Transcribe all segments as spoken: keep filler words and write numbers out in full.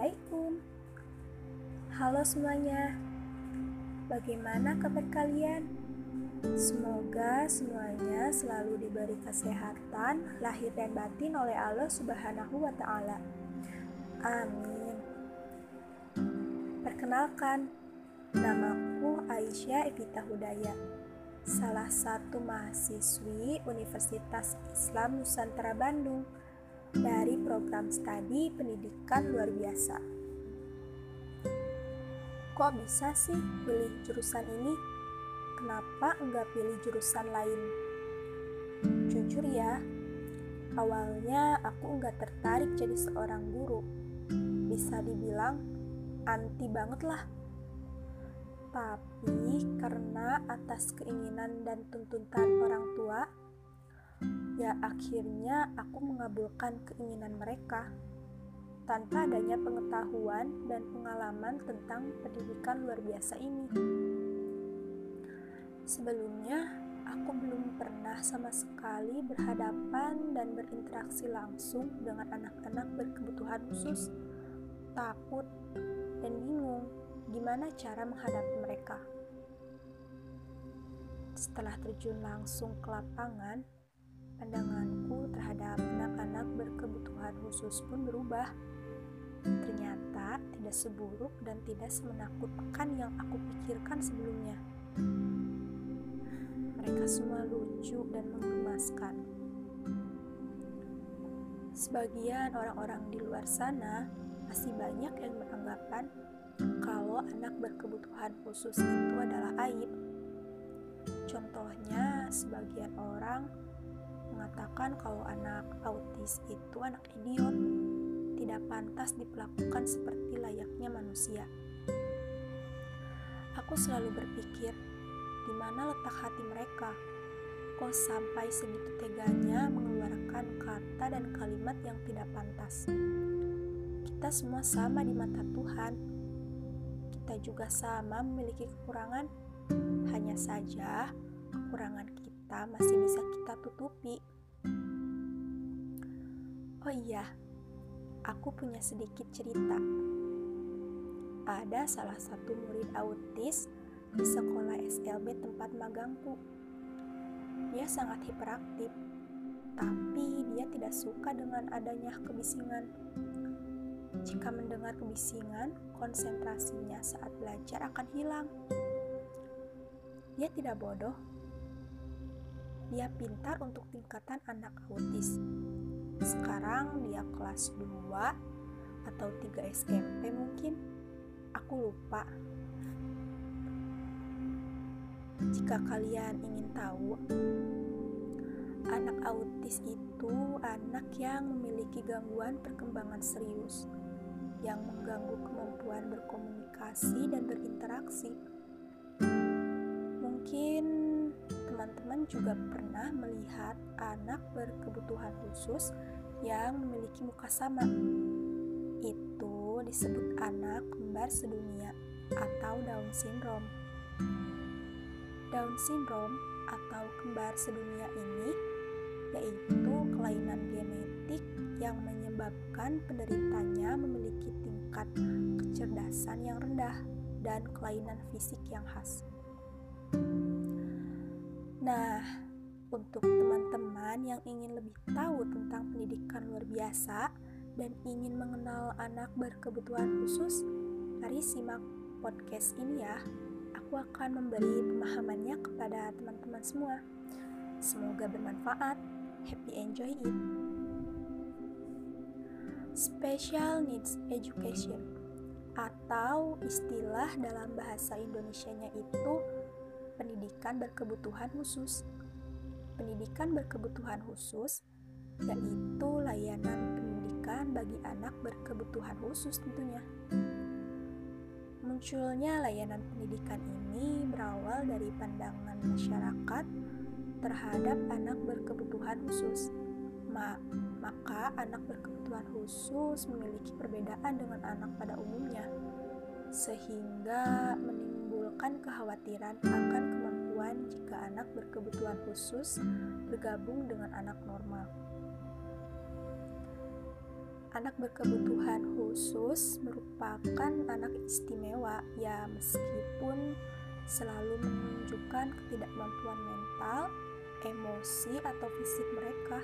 Assalamualaikum. Halo semuanya. Bagaimana kabar kalian? Semoga semuanya selalu diberi kesehatan lahir dan batin oleh Allah Subhanahu wa taala. Amin. Perkenalkan, namaku Aisyah Evita Hudaya, salah satu mahasiswi Universitas Islam Nusantara Bandung dari program studi pendidikan luar biasa. Kok bisa sih pilih jurusan ini? Kenapa enggak pilih jurusan lain? Jujur ya, awalnya aku enggak tertarik jadi seorang guru. Bisa dibilang anti banget lah. Tapi karena atas keinginan dan tuntutan orang tua, ya akhirnya aku mengabulkan keinginan mereka tanpa adanya pengetahuan dan pengalaman tentang pendidikan luar biasa ini. Sebelumnya, aku belum pernah sama sekali berhadapan dan berinteraksi langsung dengan anak-anak berkebutuhan khusus. Takut dan bingung gimana cara menghadapi mereka. Setelah terjun langsung ke lapangan, pandanganku terhadap anak-anak berkebutuhan khusus pun berubah. Ternyata tidak seburuk dan tidak semenakutkan yang aku pikirkan sebelumnya. Mereka semua lucu dan menggemaskan. Sebagian orang-orang di luar sana masih banyak yang beranggapan kalau anak berkebutuhan khusus itu adalah aib. Contohnya, sebagian orang mengatakan kalau anak autis itu anak idiot, tidak pantas diperlakukan seperti layaknya manusia. Aku selalu berpikir, di mana letak hati mereka? Kok sampai segitu teganya mengeluarkan kata dan kalimat yang tidak pantas? Kita semua sama di mata Tuhan. Kita juga sama memiliki kekurangan. Hanya saja, kekurangan kita masih bisa kita tutupi. Oh iya, aku punya sedikit cerita. Ada salah satu murid autis di sekolah S L B tempat magangku. Dia sangat hiperaktif, tapi dia tidak suka dengan adanya kebisingan. Jika mendengar kebisingan, konsentrasinya saat belajar akan hilang. Dia tidak bodoh. Dia pintar untuk tingkatan anak autis. Sekarang dia kelas dua atau tiga S M P mungkin. Aku lupa. Jika kalian ingin tahu, anak autis itu anak yang memiliki gangguan perkembangan serius yang mengganggu kemampuan berkomunikasi dan berinteraksi. Mungkin teman-teman juga pernah melihat anak berkebutuhan khusus yang memiliki muka sama. Itu disebut anak kembar sedunia atau Down syndrome. Down syndrome atau kembar sedunia ini yaitu kelainan genetik yang menyebabkan penderitanya memiliki tingkat kecerdasan yang rendah dan kelainan fisik yang khas. Nah, untuk teman-teman yang ingin lebih tahu tentang pendidikan luar biasa dan ingin mengenal anak berkebutuhan khusus, mari simak podcast ini ya. Aku akan memberi pemahamannya kepada teman-teman semua. Semoga bermanfaat. Happy enjoy it. Special Needs Education atau istilah dalam bahasa Indonesianya itu pendidikan berkebutuhan khusus. Pendidikan berkebutuhan khusus yaitu layanan pendidikan bagi anak berkebutuhan khusus tentunya. Munculnya layanan pendidikan ini berawal dari pandangan masyarakat terhadap anak berkebutuhan khusus. Ma- maka anak berkebutuhan khusus memiliki perbedaan dengan anak pada umumnya, sehingga menimbulkan kekhawatiran akan kemampuan jika anak berkebutuhan khusus bergabung dengan anak normal. Anak berkebutuhan khusus merupakan anak istimewa, ya meskipun selalu menunjukkan ketidakmampuan mental, emosi, atau fisik mereka.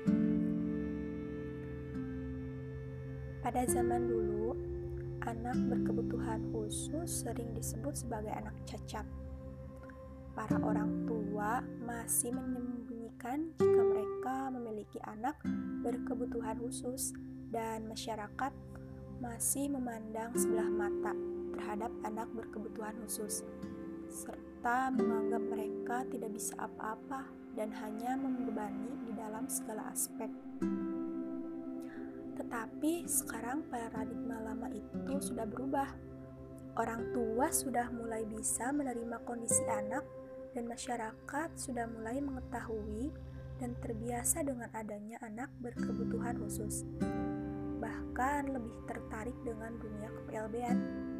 Pada zaman dulu, anak berkebutuhan khusus sering disebut sebagai anak cacat. Para orang tua masih menyembunyikan jika mereka memiliki anak berkebutuhan khusus, dan masyarakat masih memandang sebelah mata terhadap anak berkebutuhan khusus, serta menganggap mereka tidak bisa apa-apa dan hanya membebani di dalam segala aspek. Tetapi sekarang paradigma lama itu sudah berubah. Orang tua sudah mulai bisa menerima kondisi anak, dan masyarakat sudah mulai mengetahui dan terbiasa dengan adanya anak berkebutuhan khusus. Bahkan lebih tertarik dengan dunia ke P L B-an.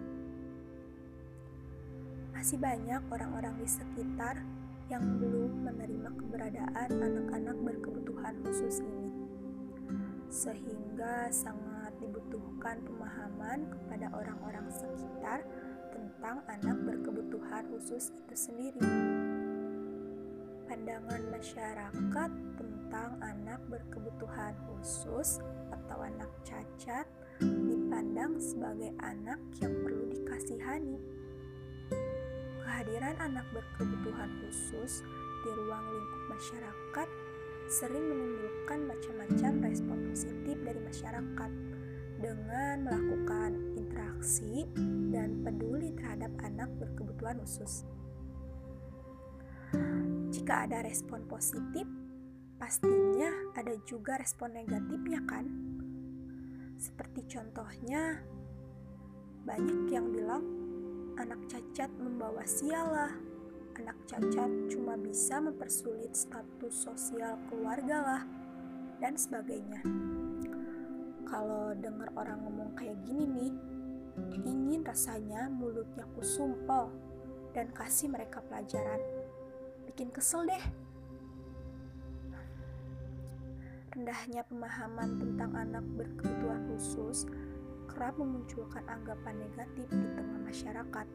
Masih banyak orang-orang di sekitar yang belum menerima keberadaan anak-anak berkebutuhan khusus ini, sehingga sangat dibutuhkan pemahaman kepada orang-orang sekitar tentang anak berkebutuhan khusus itu sendiri. Pandangan masyarakat tentang anak berkebutuhan khusus atau anak cacat dipandang sebagai anak yang perlu dikasihani. Kehadiran anak berkebutuhan khusus di ruang lingkup masyarakat sering menimbulkan macam-macam respon positif dari masyarakat dengan melakukan interaksi dan peduli terhadap anak berkebutuhan khusus. Jika ada respon positif, pastinya ada juga respon negatifnya kan? Seperti contohnya, banyak yang bilang anak cacat membawa sialah, anak cacat cuma bisa mempersulit status sosial keluarga lah, dan sebagainya. Kalau dengar orang ngomong kayak gini nih, ingin rasanya mulutnya ku sumpel dan kasih mereka pelajaran. Bikin kesel deh. Rendahnya pemahaman tentang anak berkebutuhan khusus kerap memunculkan anggapan negatif di tengah masyarakat.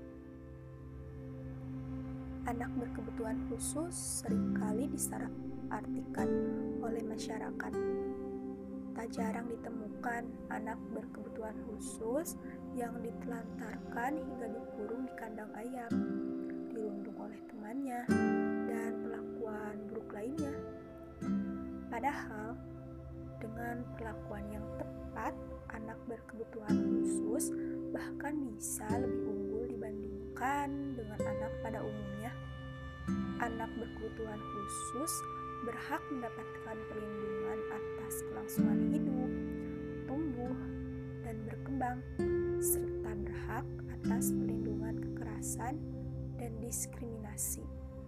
Anak berkebutuhan khusus seringkali disalahartikan oleh masyarakat. Tak jarang ditemukan anak berkebutuhan khusus yang ditelantarkan hingga dikurung di kandang ayam, dirundung oleh temannya, dan perlakuan buruk lainnya. Padahal, dengan perlakuan yang tepat, anak berkebutuhan khusus bahkan bisa lebih unggul dibandingkan dengan anak pada umumnya. Anak berkebutuhan khusus berhak mendapatkan perlindungan atas kelangsungan hidup, tumbuh, dan berkembang, serta berhak atas perlindungan kekerasan dan diskriminasi.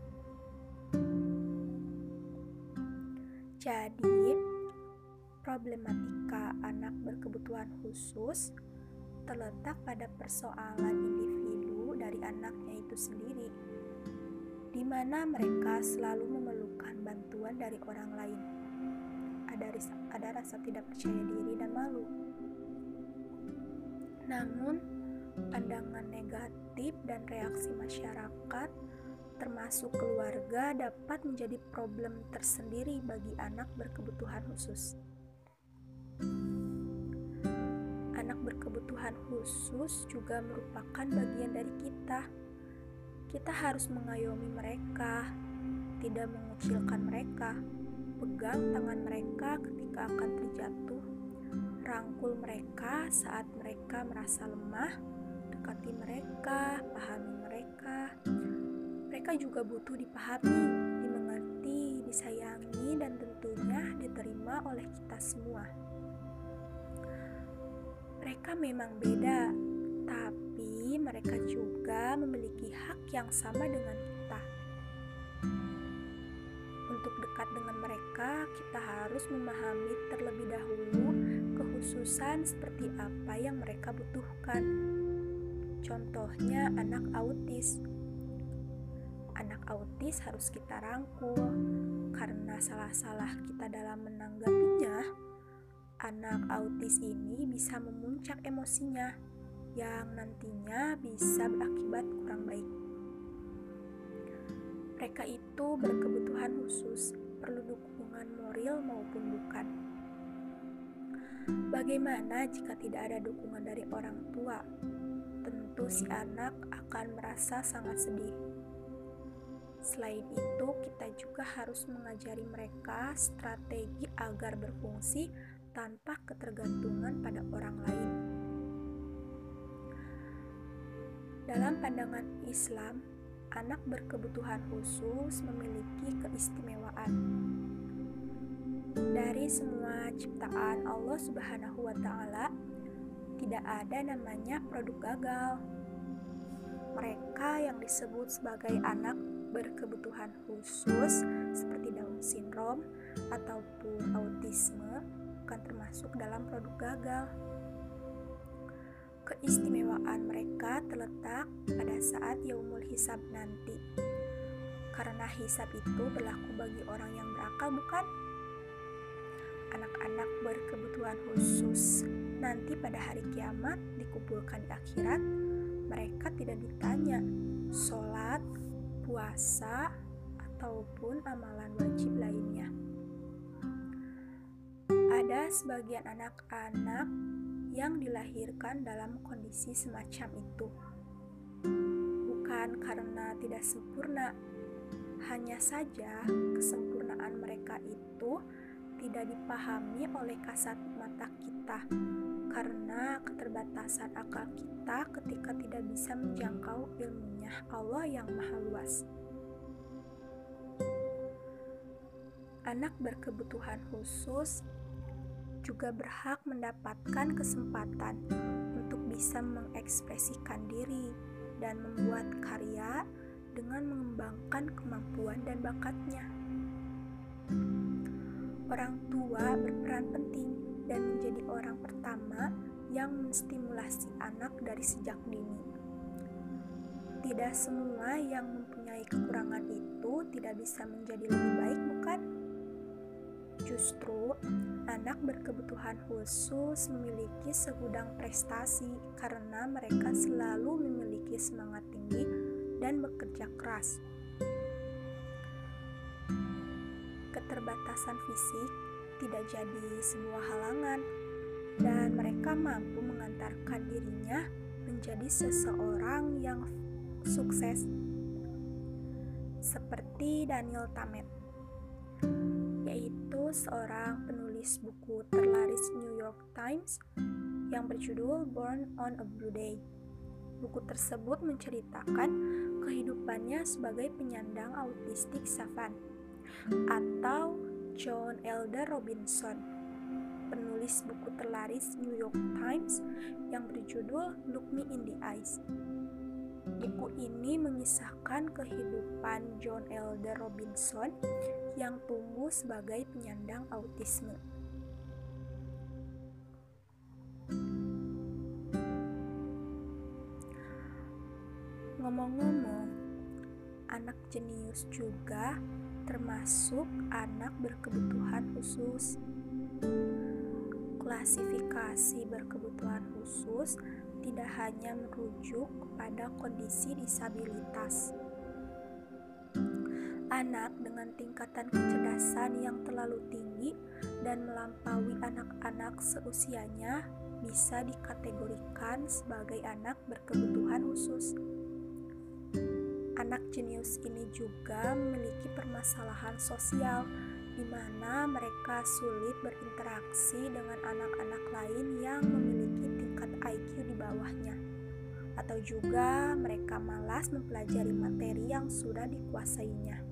Jadi, problematika anak berkebutuhan khusus terletak pada persoalan individu dari anaknya itu sendiri, di mana mereka selalu memerlukan bantuan dari orang lain. Ada, risa, ada rasa tidak percaya diri dan malu. Namun, pandangan negatif dan reaksi masyarakat termasuk keluarga dapat menjadi problem tersendiri bagi anak berkebutuhan khusus. Anak berkebutuhan khusus juga merupakan bagian dari kita. Kita harus mengayomi mereka, tidak mengucilkan mereka, pegang tangan mereka ketika akan terjatuh, rangkul mereka saat mereka merasa lemah, dekati mereka, pahami mereka. Mereka juga butuh dipahami, dimengerti, disayangi, dan tentunya diterima oleh kita semua. Mereka memang beda, tapi mereka juga memiliki hak yang sama dengan kita. Untuk dekat dengan mereka, kita harus memahami terlebih dahulu kekhususan seperti apa yang mereka butuhkan. Contohnya anak autis. Anak autis harus kita rangkul, karena salah-salah kita dalam menanggapinya anak autis ini bisa memuncak emosinya yang nantinya bisa berakibat kurang baik. Mereka itu berkebutuhan khusus, perlu dukungan moral maupun bukan. Bagaimana jika tidak ada dukungan dari orang tua? Tentu si anak akan merasa sangat sedih. Selain itu, kita juga harus mengajari mereka strategi agar berfungsi tanpa ketergantungan pada orang lain. Dalam pandangan Islam, anak berkebutuhan khusus memiliki keistimewaan. Dari semua ciptaan Allah Subhanahu wa Ta'ala, tidak ada namanya produk gagal. Mereka yang disebut sebagai anak berkebutuhan khusus seperti Down syndrome ataupun autisme bukan termasuk dalam produk gagal. Keistimewaan mereka terletak pada saat yaumul hisab nanti. Karena hisab itu berlaku bagi orang yang berakal, bukan? Anak-anak berkebutuhan khusus nanti pada hari kiamat dikumpulkan di akhirat, mereka tidak ditanya sholat, puasa, ataupun amalan wajib lainnya. Ada sebagian anak-anak yang dilahirkan dalam kondisi semacam itu. Bukan karena tidak sempurna, hanya saja kesempurnaan mereka itu tidak dipahami oleh kasat mata kita karena keterbatasan akal kita ketika tidak bisa menjangkau ilmunya Allah yang maha luas. Anak berkebutuhan khusus juga berhak mendapatkan kesempatan untuk bisa mengekspresikan diri dan membuat karya dengan mengembangkan kemampuan dan bakatnya. Orang tua berperan penting dan menjadi orang pertama yang menstimulasi anak dari sejak dini. Tidak semua yang mempunyai kekurangan itu tidak bisa menjadi lebih baik, bukan? Justru, anak berkebutuhan khusus memiliki segudang prestasi karena mereka selalu memiliki semangat tinggi dan bekerja keras. Keterbatasan fisik tidak jadi sebuah halangan dan mereka mampu mengantarkan dirinya menjadi seseorang yang sukses seperti Daniel Tammet, yaitu seorang penulis buku terlaris New York Times yang berjudul Born on a Blue Day. Buku tersebut menceritakan kehidupannya sebagai penyandang autistik savant atau John Elder Robinson, penulis buku terlaris New York Times yang berjudul Look Me in the Eyes. Buku ini mengisahkan kehidupan John Elder Robinson yang tumbuh sebagai penyandang autisme. Ngomong-ngomong, anak jenius juga termasuk anak berkebutuhan khusus. Klasifikasi berkebutuhan khusus tidak hanya merujuk pada kondisi disabilitas. Anak dengan tingkatan kecerdasan yang terlalu tinggi dan melampaui anak-anak seusianya bisa dikategorikan sebagai anak berkebutuhan khusus. Anak jenius ini juga memiliki permasalahan sosial di mana mereka sulit berinteraksi dengan anak-anak lain yang memiliki tingkat I Q di bawahnya, atau juga mereka malas mempelajari materi yang sudah dikuasainya.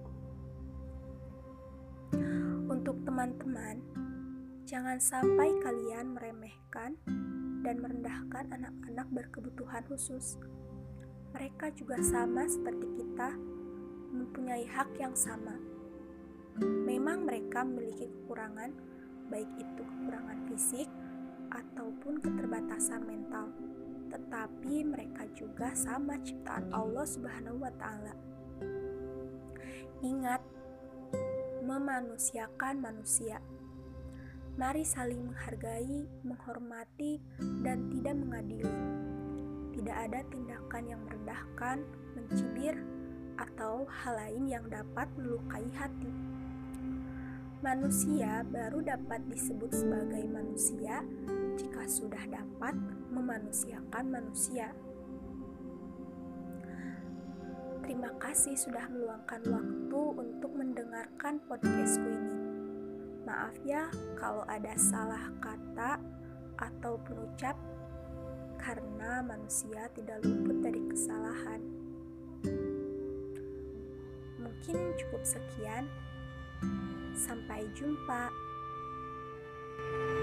Untuk teman-teman, jangan sampai kalian meremehkan dan merendahkan anak-anak berkebutuhan khusus. Mereka juga sama seperti kita, mempunyai hak yang sama. Memang mereka memiliki kekurangan, baik itu kekurangan fisik ataupun keterbatasan mental, tetapi mereka juga sama ciptaan Allah Subhanahu wa Ta'ala. Ingat, memanusiakan manusia. Mari saling menghargai, menghormati, dan tidak mengadili. Tidak ada tindakan yang merendahkan, mencibir, atau hal lain yang dapat melukai hati. Manusia baru dapat disebut sebagai manusia jika sudah dapat memanusiakan manusia. Terima kasih sudah meluangkan waktu untuk mendengarkan podcastku ini. Maaf ya kalau ada salah kata atau penucap, karena manusia tidak luput dari kesalahan. Mungkin cukup sekian. Sampai jumpa.